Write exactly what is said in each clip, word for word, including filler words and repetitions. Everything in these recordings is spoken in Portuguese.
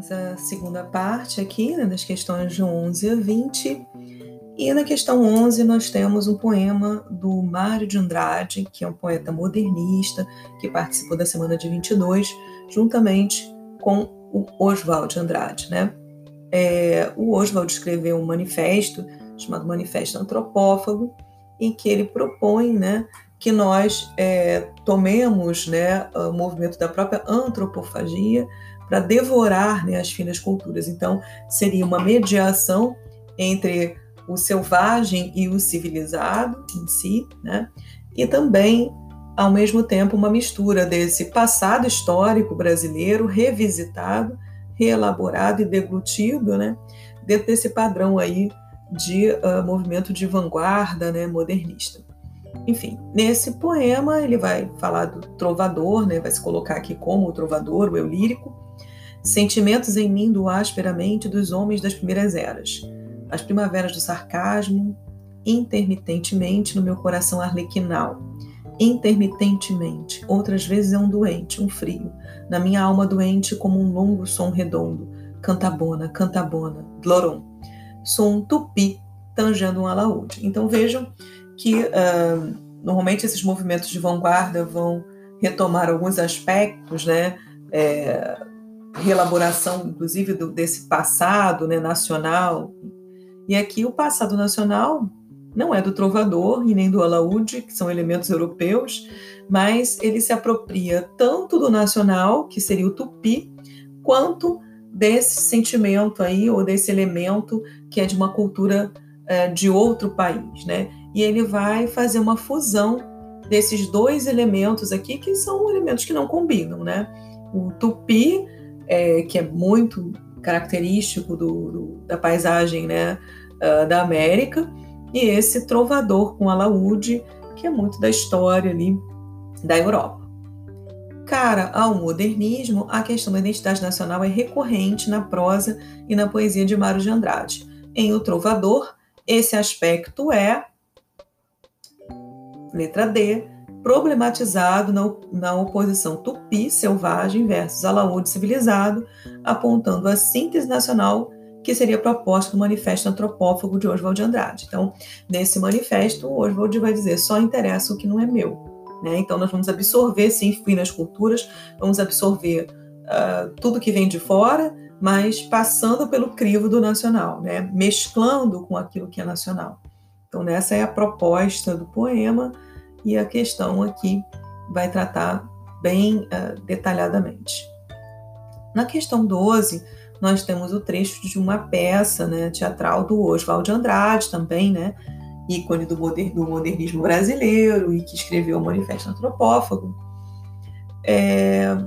temos a segunda parte aqui, né, das questões de onze a vinte. E na questão onze nós temos um poema do Mário de Andrade, que é um poeta modernista, que participou da Semana de vinte e dois, juntamente com o Oswald de Andrade, né? É, o Oswald escreveu um manifesto, chamado Manifesto Antropófago, em que ele propõe, né, que nós é, tomemos, né, o movimento da própria antropofagia para devorar, né, as finas culturas. Então, seria uma mediação entre o selvagem e o civilizado em si, né? E também, ao mesmo tempo, uma mistura desse passado histórico brasileiro revisitado, reelaborado e deglutido, né? Dentro desse padrão aí de uh, movimento de vanguarda, né, modernista. Enfim, nesse poema ele vai falar do trovador, né? Vai se colocar aqui como o trovador, o eu lírico. Sentimentos em mim do asperamente dos homens das primeiras eras. As primaveras do sarcasmo, intermitentemente no meu coração arlequinal. Intermitentemente, outras vezes é um doente, um frio, na minha alma doente como um longo som redondo. Cantabona, cantabona, glorom. Sou um tupi, tangendo um alaúde. Então vejam que uh, normalmente esses movimentos de vanguarda vão retomar alguns aspectos, né, é, reelaboração, inclusive, do, desse passado, né, nacional. E aqui o passado nacional não é do trovador e nem do alaúde, que são elementos europeus, mas ele se apropria tanto do nacional, que seria o tupi, quanto desse sentimento aí, ou desse elemento que é de uma cultura é, de outro país, né? E ele vai fazer uma fusão desses dois elementos aqui, que são elementos que não combinam, né? O tupi, é, que é muito característico do, do, da paisagem, né, uh, da América, e esse trovador com alaúde, que é muito da história ali da Europa. Cara ao modernismo, a questão da identidade nacional é recorrente na prosa e na poesia de Mário de Andrade. Em O Trovador, esse aspecto é, letra D, problematizado na, na oposição tupi, selvagem, versus alaúde, civilizado, apontando a síntese nacional que seria proposta do Manifesto Antropófago de Oswald de Andrade. Então, nesse manifesto, o Oswald vai dizer, só interessa o que não é meu. Né? Então, nós vamos absorver, sim, finas culturas, vamos absorver uh, tudo que vem de fora, mas passando pelo crivo do nacional, né? Mesclando com aquilo que é nacional. Então, essa é a proposta do poema, e a questão aqui vai tratar bem uh, detalhadamente. Na questão doze, nós temos o trecho de uma peça, né, teatral do Oswald de Andrade também, né, ícone do, moder, do modernismo brasileiro e que escreveu o Manifesto Antropófago. É,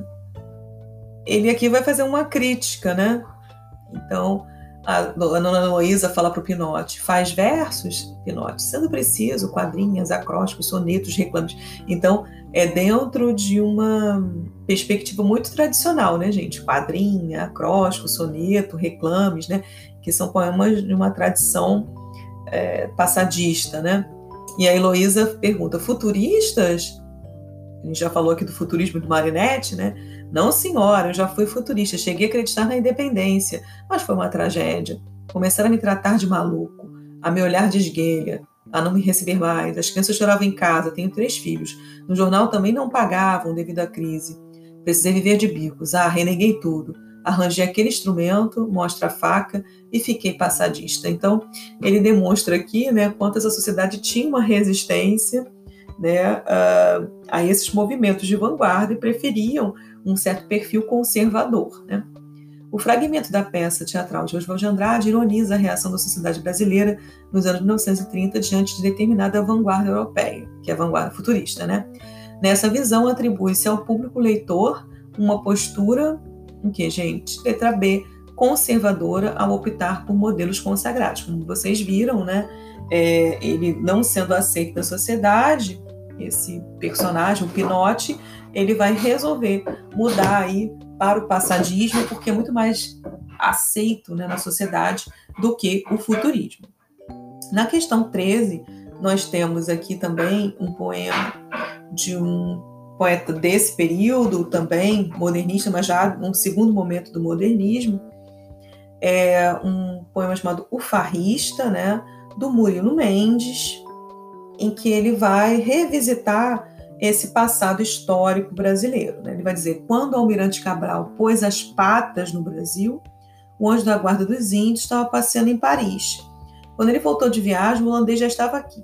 ele aqui vai fazer uma crítica, né? Então, a dona Heloísa fala para o Pinote, faz versos, Pinote, sendo preciso, quadrinhas, acrósticos, sonetos, reclames. Então, é dentro de uma perspectiva muito tradicional, né, gente? Quadrinha, acróstico, soneto, reclames, né? Que são poemas de uma tradição é, passadista, né? E a Heloísa pergunta, futuristas? A gente já falou aqui do futurismo do Marinetti, né? Não, senhora, eu já fui futurista, cheguei a acreditar na independência, mas foi uma tragédia. Começaram a me tratar de maluco, a me olhar de esguelha, a não me receber mais. As crianças choravam em casa, tenho três filhos. No jornal também não pagavam devido à crise. Precisei viver de bicos. Ah, reneguei tudo. Arranjei aquele instrumento, mostra a faca e fiquei passadista. Então, ele demonstra aqui, né, quanto essa sociedade tinha uma resistência, né, uh, a esses movimentos de vanguarda e preferiam um certo perfil conservador. Né? O fragmento da peça teatral de Oswald de Andrade ironiza a reação da sociedade brasileira nos anos mil novecentos e trinta diante de determinada vanguarda europeia, que é a vanguarda futurista. Né? Nessa visão, atribui-se ao público leitor uma postura, em que, gente, letra B, conservadora ao optar por modelos consagrados. Como vocês viram, né? É, ele não sendo aceito da sociedade, esse personagem, o Pinote, ele vai resolver mudar aí para o passadismo, porque é muito mais aceito, né, na sociedade do que o futurismo. Na questão treze, nós temos aqui também um poema de um poeta desse período também, modernista, mas já num segundo momento do modernismo, é um poema chamado O Farrista, né, do Murilo Mendes, em que ele vai revisitar esse passado histórico brasileiro, né? Ele vai dizer: quando o Almirante Cabral pôs as patas no Brasil, o anjo da guarda dos índios estava passeando em Paris. Quando ele voltou de viagem, o holandês já estava aqui.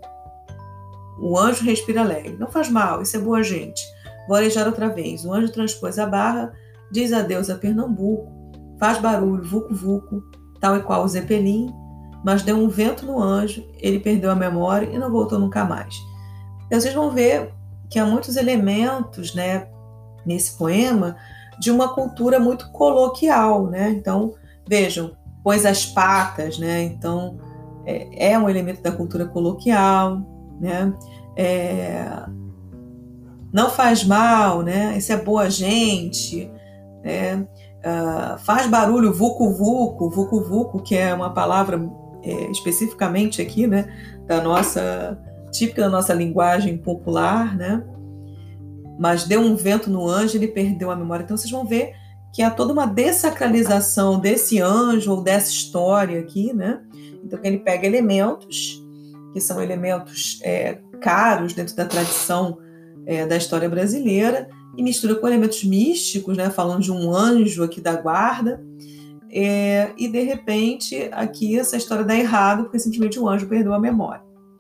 O anjo respira alegre: não faz mal, isso é boa gente. Vou arejar outra vez. O anjo transpôs a barra, diz adeus a Pernambuco, faz barulho, vucu-vucu, tal e qual o Zeppelin, mas deu um vento no anjo, ele perdeu a memória e não voltou nunca mais. Então vocês vão ver que há muitos elementos, né, nesse poema de uma cultura muito coloquial, né? Então, vejam, pôs as patas, né? Então, é, é um elemento da cultura coloquial, né? É, não faz mal, né? Isso é boa gente, né? Uh, faz barulho, vucu-vucu, vucu-vucu, que é uma palavra é, especificamente aqui, né, da nossa, típica da nossa linguagem popular, né? Mas deu um vento no anjo, ele perdeu a memória. Então vocês vão ver que há toda uma dessacralização desse anjo ou dessa história aqui, né? Então ele pega elementos que são elementos é, caros dentro da tradição é, da história brasileira e mistura com elementos místicos, né? Falando de um anjo aqui da guarda. É, e de repente aqui essa história dá errado porque simplesmente o anjo perdeu a memória.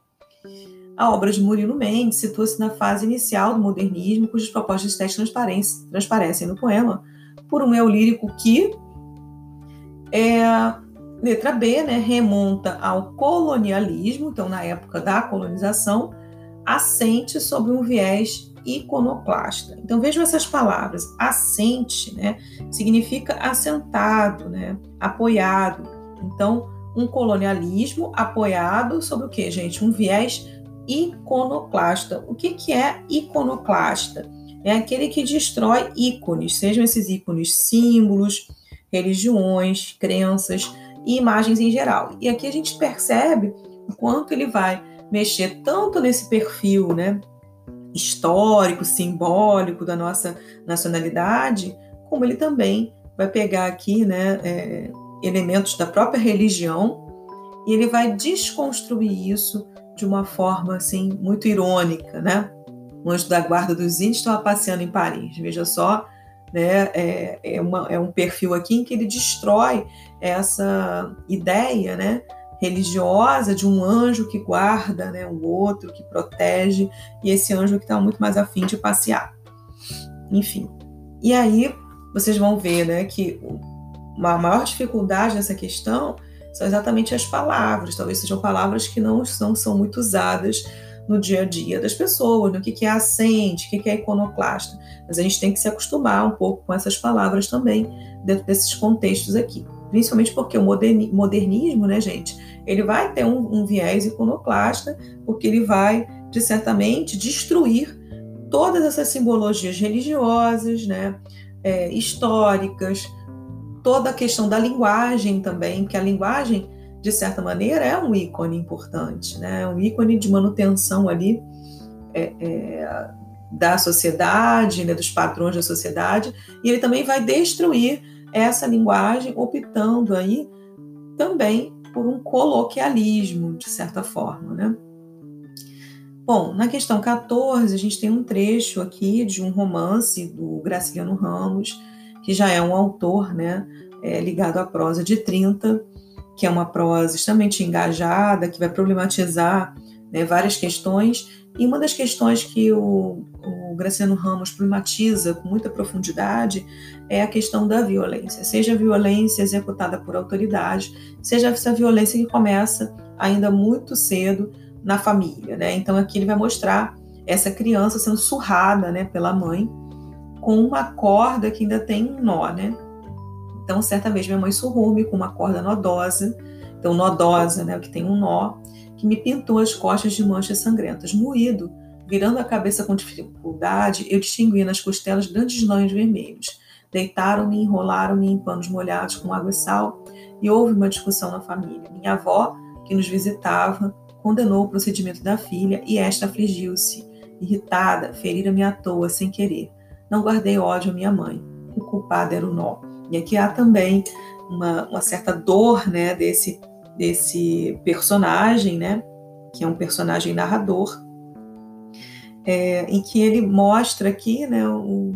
A obra de Murilo Mendes situa-se na fase inicial do modernismo, cujas propostas estéticas transparecem no poema por um eu lírico que, é, letra B, né, remonta ao colonialismo, então na época da colonização, assente sobre um viés iconoclasta. Então vejam essas palavras: assente, né, significa assentado, né, apoiado. Então um colonialismo apoiado sobre o quê, gente? Um viés iconoclasta. O que, que é iconoclasta? É aquele que destrói ícones, sejam esses ícones símbolos, religiões, crenças e imagens em geral. E aqui a gente percebe o quanto ele vai mexer tanto nesse perfil, né, histórico, simbólico da nossa nacionalidade, como ele também vai pegar aqui, né, é, elementos da própria religião e ele vai desconstruir isso de uma forma assim muito irônica, né? O anjo da guarda dos índios estava passeando em Paris. Veja só, né? É, é, uma, é um perfil aqui em que ele destrói essa ideia, né, religiosa de um anjo que guarda, né, o outro, que protege, e esse anjo que está muito mais afim de passear. Enfim. E aí vocês vão ver, né, que uma maior dificuldade nessa questão são exatamente as palavras. Talvez sejam palavras que não são, são muito usadas no dia a dia das pessoas, no que, que é assente, o que, que é iconoclasta. Mas a gente tem que se acostumar um pouco com essas palavras também, dentro desses contextos aqui. Principalmente porque o moderni, modernismo, né, gente, ele vai ter um, um viés iconoclasta, porque ele vai, de certamente, destruir todas essas simbologias religiosas, né, é, históricas, toda a questão da linguagem também, porque a linguagem, de certa maneira, é um ícone importante, né? Um ícone de manutenção ali é, é, da sociedade, né? Dos padrões da sociedade, e ele também vai destruir essa linguagem, optando aí também por um coloquialismo, de certa forma, né? Bom, na questão quatorze, a gente tem um trecho aqui de um romance do Graciliano Ramos, que já é um autor, né, é, ligado à prosa de trinta, que é uma prosa extremamente engajada, que vai problematizar, né, várias questões, e uma das questões que o, o Graciliano Ramos problematiza com muita profundidade é a questão da violência, seja a violência executada por autoridade, seja essa violência que começa ainda muito cedo na família, né? Então aqui ele vai mostrar essa criança sendo surrada, né, pela mãe, com uma corda que ainda tem um nó, né? Então, certa vez, minha mãe surrou-me com uma corda nodosa, então nodosa, né, que tem um nó, que me pintou as costas de manchas sangrentas. Moído, virando a cabeça com dificuldade, eu distingui nas costelas grandes lãs vermelhos. Deitaram-me, enrolaram-me em panos molhados com água e sal, e houve uma discussão na família. Minha avó, que nos visitava, condenou o procedimento da filha, e esta afligiu-se, irritada, ferira-me à toa, sem querer. Não guardei ódio à minha mãe. O culpado era o nó. E aqui há também uma, uma certa dor, né, desse, desse personagem, né, que é um personagem narrador, é, em que ele mostra aqui, né, o,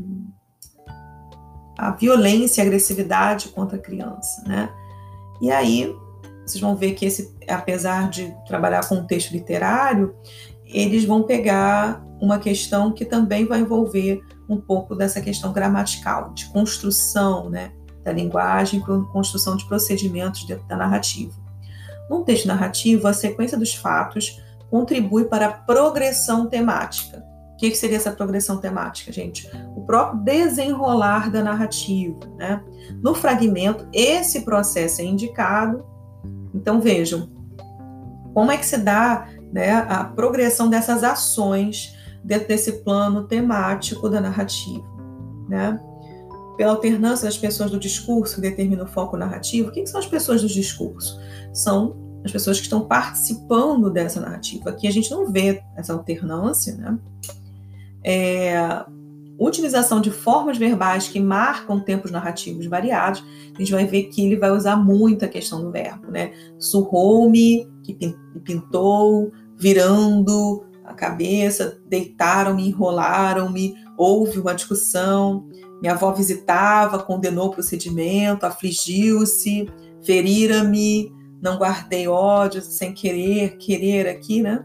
a violência e a agressividade contra a criança, né? E aí, vocês vão ver que esse, apesar de trabalhar com um texto literário, eles vão pegar uma questão que também vai envolver um pouco dessa questão gramatical, de construção, né, da linguagem, construção de procedimentos dentro da narrativa. Num texto narrativo, a sequência dos fatos contribui para a progressão temática. O que seria essa progressão temática, gente? O próprio desenrolar da narrativa, né? No fragmento, esse processo é indicado. Então, vejam, como é que se dá, né, a progressão dessas ações dentro desse plano temático da narrativa, né? Pela alternância das pessoas do discurso que determina o foco narrativo. Quem são as pessoas do discurso? São as pessoas que estão participando dessa narrativa. Aqui a gente não vê essa alternância, né? É, utilização de formas verbais que marcam tempos narrativos variados. A gente vai ver que ele vai usar muito a questão do verbo, né? Surrou-me, que pintou, virando a cabeça, deitaram-me, enrolaram-me, houve uma discussão, minha avó visitava, condenou o procedimento, afligiu-se, ferira-me, não guardei ódio, sem querer, querer aqui, né?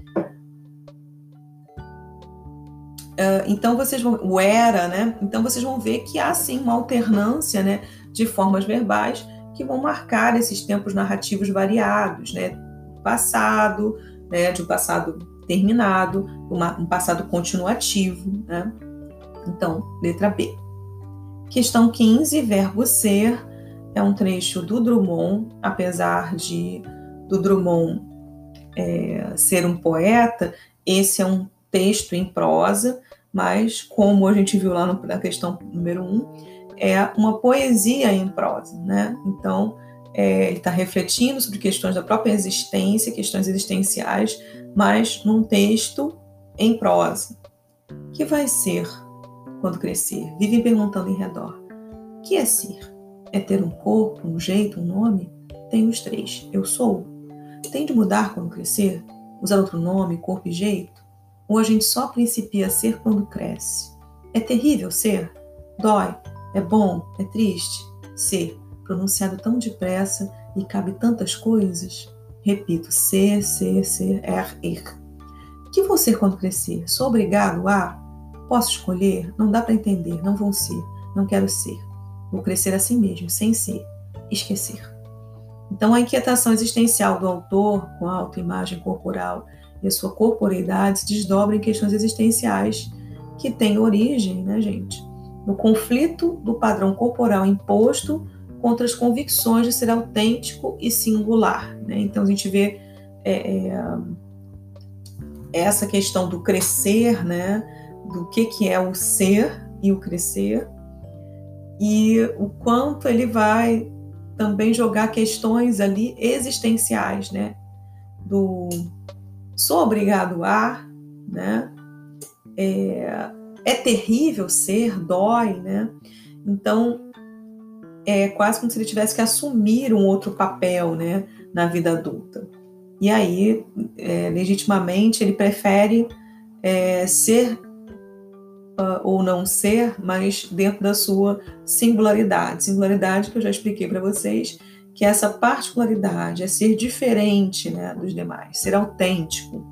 Uh, então vocês vão, o era, né? Então vocês vão ver que há sim uma alternância, né, de formas verbais que vão marcar esses tempos narrativos variados, né? Passado, né, de um passado terminado, uma, um passado continuativo, né? Então, letra B. Questão quinze, verbo ser, é um trecho do Drummond, apesar de do Drummond é, ser um poeta, esse é um texto em prosa, mas como a gente viu lá no, na questão número um, é uma poesia em prosa, né? Então, é, ele está refletindo sobre questões da própria existência, questões existenciais, mas num texto em prosa. O que vai ser quando crescer? Vivem perguntando em redor. O que é ser? É ter um corpo, um jeito, um nome? Tem os três. Eu sou. Tem de mudar quando crescer? Usar outro nome, corpo e jeito? Ou a gente só principia a ser quando cresce? É terrível ser? Dói? É bom? É triste? Ser, pronunciado tão depressa e cabe tantas coisas. Repito, ser, ser, ser, er, er. O que vou ser quando crescer? Sou obrigado a? Posso escolher? Não dá para entender, não vou ser, não quero ser. Vou crescer assim mesmo, sem ser, esquecer. Então, a inquietação existencial do autor com a autoimagem corporal e a sua corporeidade se desdobra em questões existenciais que têm origem, né, gente, no conflito do padrão corporal imposto contra as convicções de ser autêntico e singular, né? Então, a gente vê é, é, essa questão do crescer, né, do que, que é o ser e o crescer, e o quanto ele vai também jogar questões ali existenciais, né, do sou obrigado a, né? É, é terrível ser, dói, né? Então, é quase como se ele tivesse que assumir um outro papel, né, na vida adulta. E aí, é, legitimamente, ele prefere é, ser uh, ou não ser, mas dentro da sua singularidade. Singularidade que eu já expliquei para vocês, que é essa particularidade, é ser diferente, né, dos demais, ser autêntico.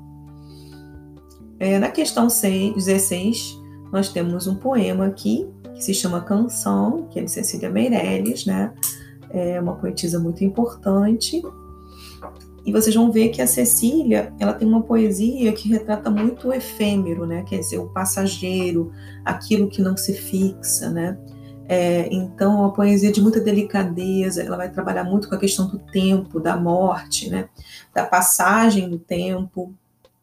É, na questão seis, dezesseis, nós temos um poema aqui, que se chama Canção, que é de Cecília Meirelles, né? É uma poetisa muito importante. E vocês vão ver que a Cecília, ela tem uma poesia que retrata muito o efêmero, né? Quer dizer, o passageiro, aquilo que não se fixa, né? É, então, é uma poesia de muita delicadeza, ela vai trabalhar muito com a questão do tempo, da morte, né? Da passagem do tempo,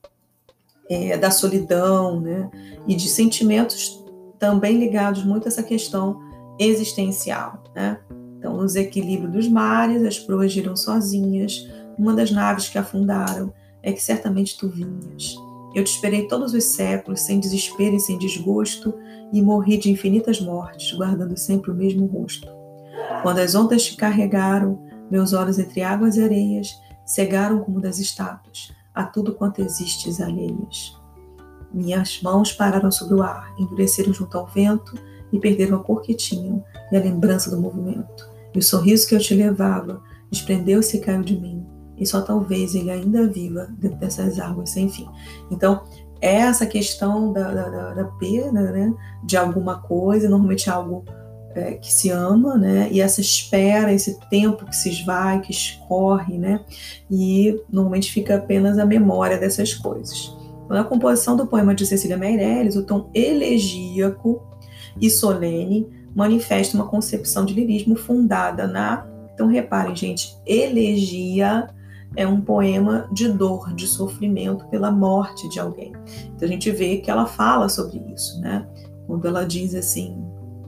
é, da solidão, né? E de sentimentos também ligados muito a essa questão existencial, né? Então, no desequilíbrio dos mares, as proas giram sozinhas, uma das naves que afundaram é que certamente tu vinhas. Eu te esperei todos os séculos, sem desespero e sem desgosto, e morri de infinitas mortes, guardando sempre o mesmo rosto. Quando as ondas te carregaram, meus olhos entre águas e areias cegaram como das estátuas, a tudo quanto existes alheias. Minhas mãos pararam sobre o ar, endureceram junto ao vento e perderam a cor que tinham e a lembrança do movimento. E o sorriso que eu te levava desprendeu-se e caiu de mim, e só talvez ele ainda viva dentro dessas águas sem fim. Então, essa questão da, da, da perda, né, de alguma coisa, normalmente algo é, que se ama, né, e essa espera, esse tempo que se esvai, que escorre, né, e normalmente fica apenas a memória dessas coisas. Então, na composição do poema de Cecília Meirelles, o tom elegíaco e solene manifesta uma concepção de lirismo fundada na... Então, reparem, gente, elegia é um poema de dor, de sofrimento pela morte de alguém. Então, a gente vê que ela fala sobre isso, né? Quando ela diz assim,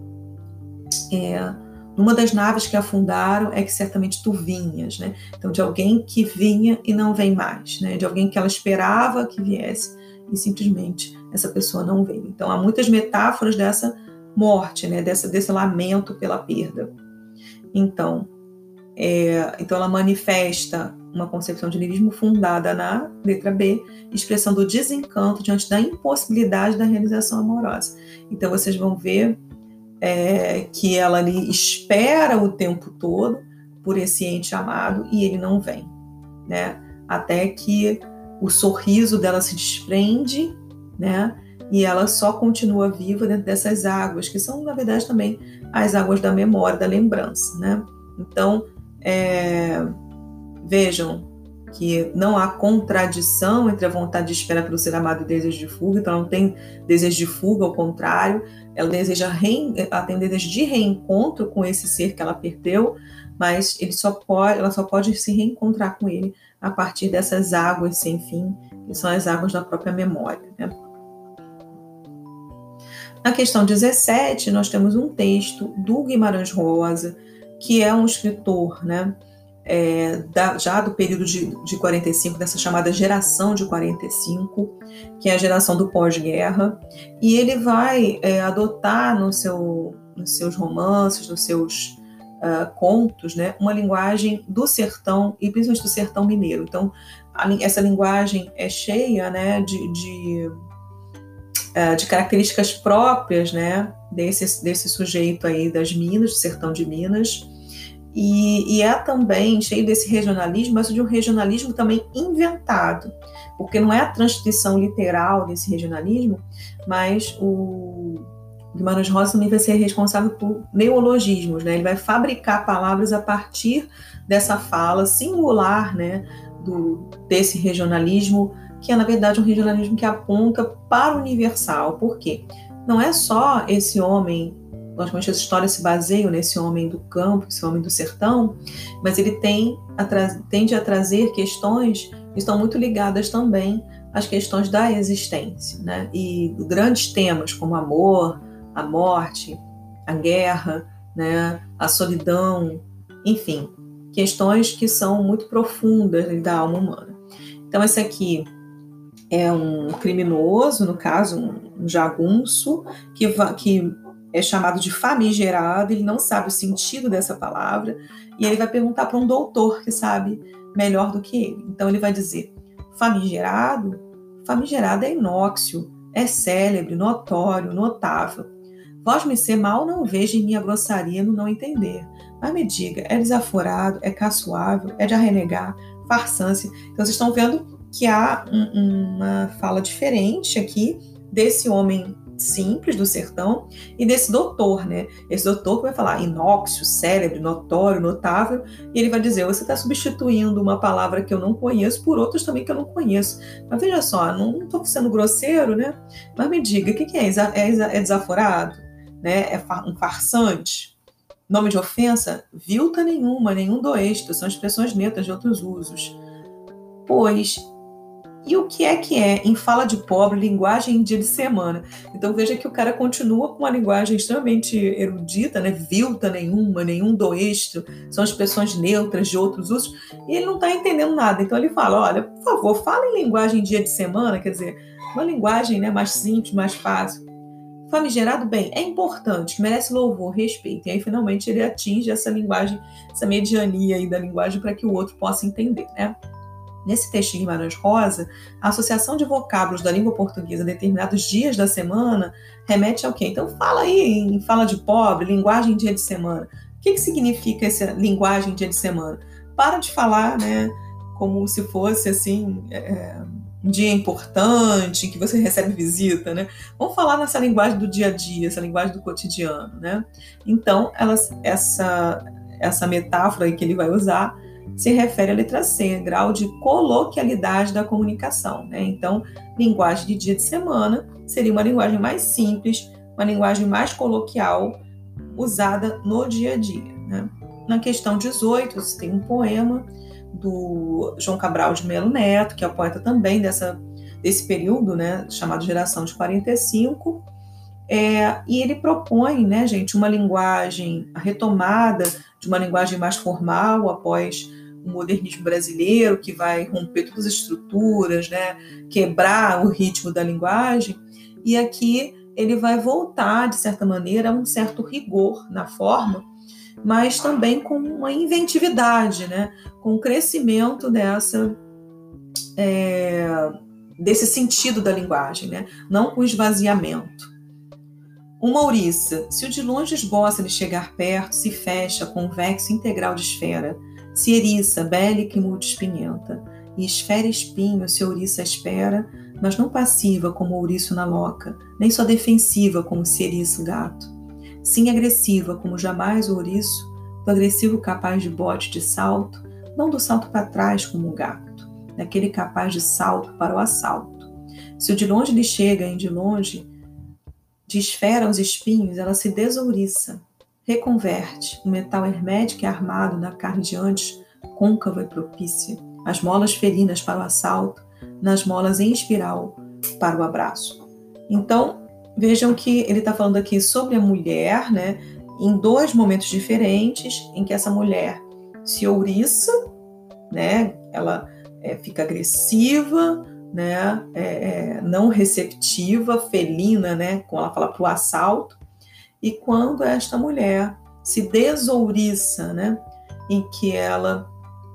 é, numa das naves que afundaram é que certamente tu vinhas, né? Então, de alguém que vinha e não vem mais, né? De alguém que ela esperava que viesse e simplesmente essa pessoa não veio. Então, há muitas metáforas dessa morte, né? Dessa, desse lamento pela perda. Então, é, então ela manifesta uma concepção de lirismo fundada na letra B, expressando o desencanto diante da impossibilidade da realização amorosa. Então vocês vão ver é, que ela ali espera o tempo todo por esse ente amado e ele não vem, né? Até que o sorriso dela se desprende, né? E ela só continua viva dentro dessas águas, que são, na verdade, também as águas da memória, da lembrança, né? Então, é, vejam que não há contradição entre a vontade de espera pelo ser amado e o desejo de fuga, então ela não tem desejo de fuga, ao contrário, ela, deseja re, ela tem desejo de reencontro com esse ser que ela perdeu, mas ele só pode, ela só pode se reencontrar com ele a partir dessas águas sem fim, que são as águas da própria memória, né? Na questão dezessete, nós temos um texto do Guimarães Rosa, que é um escritor, né, é, da, já do período de, de quarenta e cinco, dessa chamada geração de quarenta e cinco, que é a geração do pós-guerra, e ele vai é, adotar no seu, nos seus romances, nos seus uh, contos, né, uma linguagem do sertão, e principalmente do sertão mineiro. Então, a, essa linguagem é cheia, né, de... de de características próprias, né, desse, desse sujeito aí das Minas, do sertão de Minas, e, e é também cheio desse regionalismo, mas de um regionalismo também inventado, porque não é a transcrição literal desse regionalismo, mas o Guimarães Rosa também vai ser responsável por neologismos, né, ele vai fabricar palavras a partir dessa fala singular, né, do, desse regionalismo, que é, na verdade, um regionalismo que aponta para o universal. Por quê? Não é só esse homem, logicamente as histórias se baseiam nesse homem do campo, esse homem do sertão, mas ele tem a tra- tende a trazer questões que estão muito ligadas também às questões da existência, né? E grandes temas como amor, a morte, a guerra, né? A solidão, enfim, questões que são muito profundas da alma humana. Então, esse aqui é um criminoso, no caso, um jagunço, que, va- que é chamado de famigerado, ele não sabe o sentido dessa palavra, e ele vai perguntar para um doutor que sabe melhor do que ele. Então ele vai dizer, famigerado? Famigerado é inóxio, é célebre, notório, notável. Vós me ser mal não veja em minha grossaria no não entender, mas me diga, é desaforado, é caçoável, é de arrenegar, farsância. Então vocês estão vendo que há um, uma fala diferente aqui desse homem simples do sertão e desse doutor, né? Esse doutor que vai falar inóxio, célebre, notório, notável, e ele vai dizer, você está substituindo uma palavra que eu não conheço por outras também que eu não conheço. Mas veja só, não estou sendo grosseiro, né? Mas me diga, o que, que é? É, é desaforado? Né? É um farsante? Nome de ofensa? Vilta nenhuma, nenhum doesto, são expressões neutras de outros usos. Pois, e o que é que é, em fala de pobre, linguagem em dia de semana? Então veja que o cara continua com uma linguagem extremamente erudita, né? Vilta nenhuma, nenhum doesto, são expressões neutras de outros usos, e ele não está entendendo nada. Então ele fala, olha, por favor, fala em linguagem em dia de semana, quer dizer, uma linguagem, né, mais simples, mais fácil. Famigerado, bem, é importante, merece louvor, respeito. E aí, finalmente, ele atinge essa linguagem, essa mediania aí da linguagem para que o outro possa entender, né? Nesse texto de Guimarães Rosa, a associação de vocábulos da língua portuguesa a determinados dias da semana remete ao quê? Então, fala aí em fala de pobre, linguagem dia de semana. O que, que significa essa linguagem dia de semana? Para de falar, né, como se fosse, assim, é, um dia importante, em que você recebe visita, né? Vamos falar nessa linguagem do dia a dia, essa linguagem do cotidiano, né? Então, ela, essa, essa metáfora aí que ele vai usar se refere à letra C, grau de coloquialidade da comunicação, né? Então, linguagem de dia de semana seria uma linguagem mais simples, uma linguagem mais coloquial, usada no dia a dia, né? Na questão dezoito, você tem um poema do João Cabral de Melo Neto, que é o poeta também dessa, desse período, né, chamado Geração de quarenta e cinco, é, e ele propõe, né, gente, uma linguagem, a retomada de uma linguagem mais formal após o modernismo brasileiro, que vai romper todas as estruturas, né, quebrar o ritmo da linguagem, e aqui ele vai voltar, de certa maneira, a um certo rigor na forma, mas também com uma inventividade, né, com o crescimento dessa, é, desse sentido da linguagem, né, não com esvaziamento. Uma ouriça, se o de longe esboça de chegar perto, se fecha, convexo integral de esfera, se eriça, bélica e multiespinhenta, e esfera espinho, se ouriça espera, mas não passiva como o ouriço na loca, nem só defensiva como se eriça o gato. Sim agressiva como jamais o ouriço, do agressivo capaz de bote de salto, não do salto para trás como o gato, daquele capaz de salto para o assalto. Se o de longe lhe chega em de longe, de esfera aos espinhos, ela se desouriça, reconverte, o metal hermético e armado na carne de antes, côncava e propícia, as molas ferinas para o assalto, nas molas em espiral para o abraço. Então, vejam que ele está falando aqui sobre a mulher, né, em dois momentos diferentes, em que essa mulher se ouriça, né, ela é, fica agressiva, né, é, é, não receptiva, felina, né, como ela fala, para o assalto, e quando esta mulher se desouriça, né, em que ela,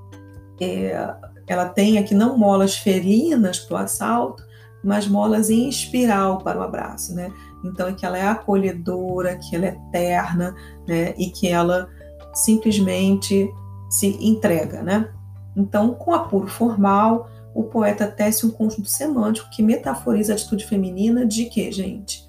é, ela tem aqui não molas felinas para o assalto, mas molas em espiral para o abraço, né? Então, é que ela é acolhedora, que ela é terna, né? E que ela simplesmente se entrega, né? Então, com apuro formal, o poeta tece um conjunto semântico que metaforiza a atitude feminina de quê, gente?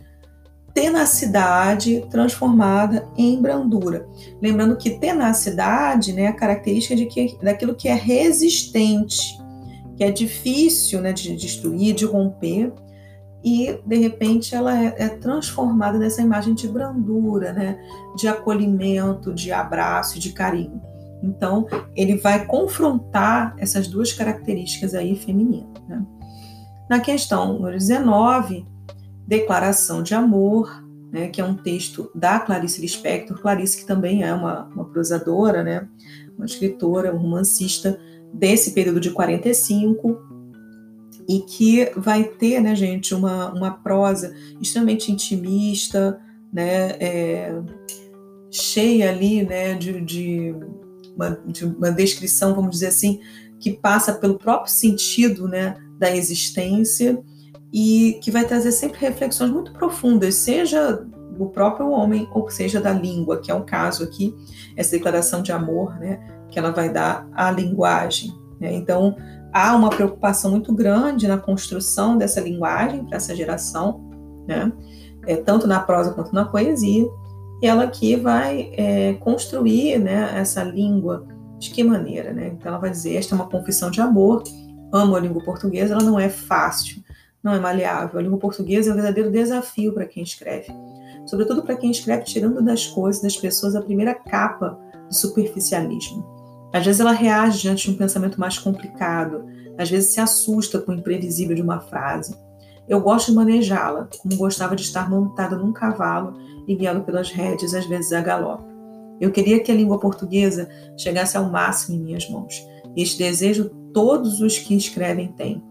Tenacidade transformada em brandura. Lembrando que tenacidade, né, é a característica de que, daquilo que é resistente, que é difícil, né, de destruir, de romper, e de repente ela é, é transformada nessa imagem de brandura, né, de acolhimento, de abraço, de carinho. Então, ele vai confrontar essas duas características aí femininas, né? Na questão número dezenove, Declaração de Amor, né, que é um texto da Clarice Lispector. Clarice, que também é uma, uma prosadora, né, uma escritora, um romancista desse período de quarenta e cinco, e que vai ter, né, gente, uma, uma prosa extremamente intimista, né, é, cheia ali, né, de, de, uma, de uma descrição, vamos dizer assim, que passa pelo próprio sentido, né, da existência, e que vai trazer sempre reflexões muito profundas, seja do próprio homem ou seja da língua, que é o caso aqui, essa declaração de amor, né, que ela vai dar à linguagem, né? Então, há uma preocupação muito grande na construção dessa linguagem para essa geração, né, é, tanto na prosa quanto na poesia, e ela aqui vai é, construir, né, essa língua de que maneira, né? Então, ela vai dizer, esta é uma confissão de amor, amo a língua portuguesa, ela não é fácil, não é maleável. A língua portuguesa é um verdadeiro desafio para quem escreve. Sobretudo para quem escreve tirando das coisas, das pessoas, a primeira capa do superficialismo. Às vezes ela reage diante de um pensamento mais complicado, às vezes se assusta com o imprevisível de uma frase. Eu gosto de manejá-la, como gostava de estar montada num cavalo e guiá-lo pelas rédeas, às vezes a galope. Eu queria que a língua portuguesa chegasse ao máximo em minhas mãos. Este desejo todos os que escrevem têm.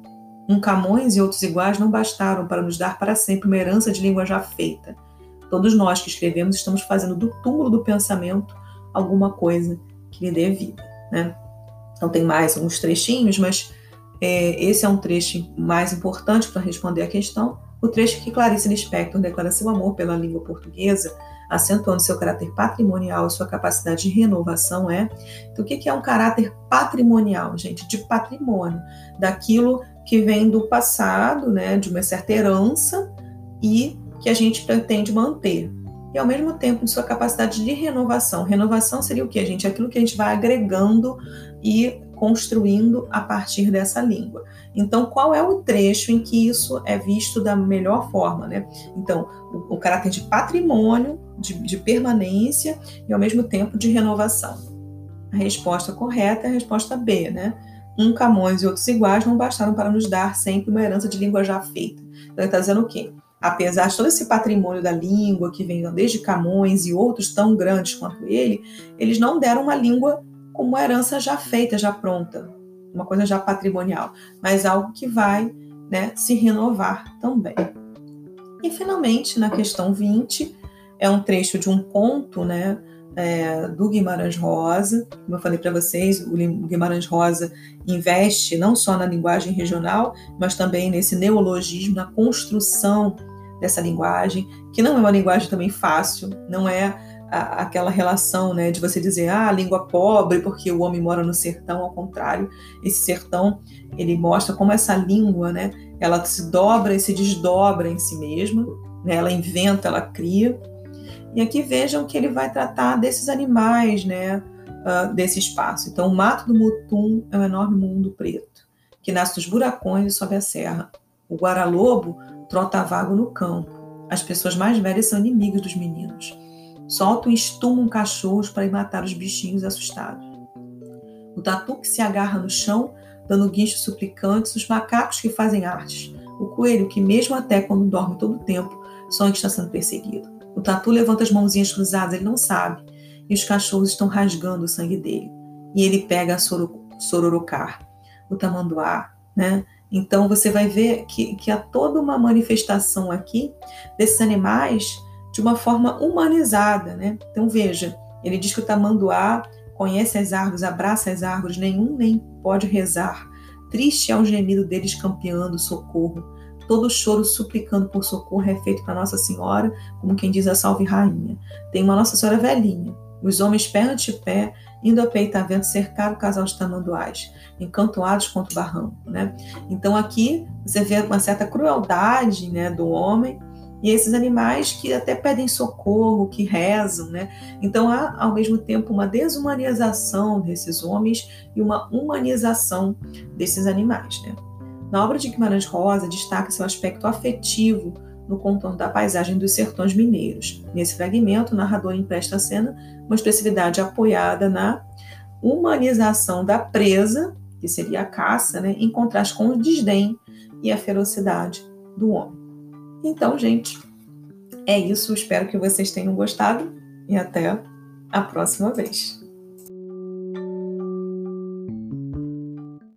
Um Camões e outros iguais não bastaram para nos dar para sempre uma herança de língua já feita. Todos nós que escrevemos estamos fazendo do túmulo do pensamento alguma coisa que lhe dê vida, né? Então tem mais uns trechinhos, mas é, esse é um trecho mais importante para responder a questão. O trecho que Clarice Lispector declara seu amor pela língua portuguesa, acentuando seu caráter patrimonial e sua capacidade de renovação é... Então, o que é um caráter patrimonial, gente? De patrimônio, daquilo que vem do passado, né, de uma certa herança e que a gente pretende manter. E, ao mesmo tempo, de sua capacidade de renovação. Renovação seria o quê, gente? Aquilo que a gente vai agregando e construindo a partir dessa língua. Então, qual é o trecho em que isso é visto da melhor forma, né? Então, o, o caráter de patrimônio, de, de permanência e, ao mesmo tempo, de renovação. A resposta correta é a resposta B, né? Um Camões e outros iguais não bastaram para nos dar sempre uma herança de língua já feita. Então, ele está dizendo o quê? Apesar de todo esse patrimônio da língua que vem desde Camões e outros tão grandes quanto ele, eles não deram uma língua como uma herança já feita, já pronta, uma coisa já patrimonial, mas algo que vai, né, se renovar também. E, finalmente, na questão vinte, é um trecho de um conto, né, é, do Guimarães Rosa. Como eu falei para vocês, o Guimarães Rosa investe não só na linguagem regional, mas também nesse neologismo, na construção dessa linguagem, que não é uma linguagem também fácil, não é a, aquela relação, né, de você dizer, ah, língua pobre, porque o homem mora no sertão. Ao contrário, esse sertão, ele mostra como essa língua, né, ela se dobra e se desdobra em si mesma, né, ela inventa, ela cria. E aqui vejam que ele vai tratar desses animais, né, uh, desse espaço. Então, o mato do Mutum é um enorme mundo preto, que nasce dos buracões e sobe a serra. O guaralobo trota vago no campo. As pessoas mais velhas são inimigas dos meninos. Soltam e estumam cachorros para ir matar os bichinhos assustados. O tatu que se agarra no chão, dando guinchos suplicantes, os macacos que fazem artes. O coelho que, mesmo até quando dorme todo o tempo, sonha que está sendo perseguido. O tatu levanta as mãozinhas cruzadas, ele não sabe. E os cachorros estão rasgando o sangue dele. E ele pega a sororocar, o tamanduá, né? Então você vai ver que, que há toda uma manifestação aqui desses animais de uma forma humanizada, né? Então veja, ele diz que o tamanduá conhece as árvores, abraça as árvores, nenhum nem pode rezar. Triste é o gemido deles campeando socorro. Todo choro suplicando por socorro é feito para Nossa Senhora, como quem diz a Salve Rainha. Tem uma Nossa Senhora velhinha. Os homens pé ante pé, indo a peitar vento, cercar o casal de tamanduás, encantoados contra o barranco, né? Então aqui você vê uma certa crueldade, né, do homem, e esses animais que até pedem socorro, que rezam, né? Então há, ao mesmo tempo, uma desumanização desses homens e uma humanização desses animais, né? Na obra de Guimarães Rosa, destaca seu aspecto afetivo no contorno da paisagem dos sertões mineiros. Nesse fragmento, o narrador empresta à cena uma expressividade apoiada na humanização da presa, que seria a caça, né, em contraste com o desdém e a ferocidade do homem. Então, gente, é isso. Espero que vocês tenham gostado e até a próxima vez.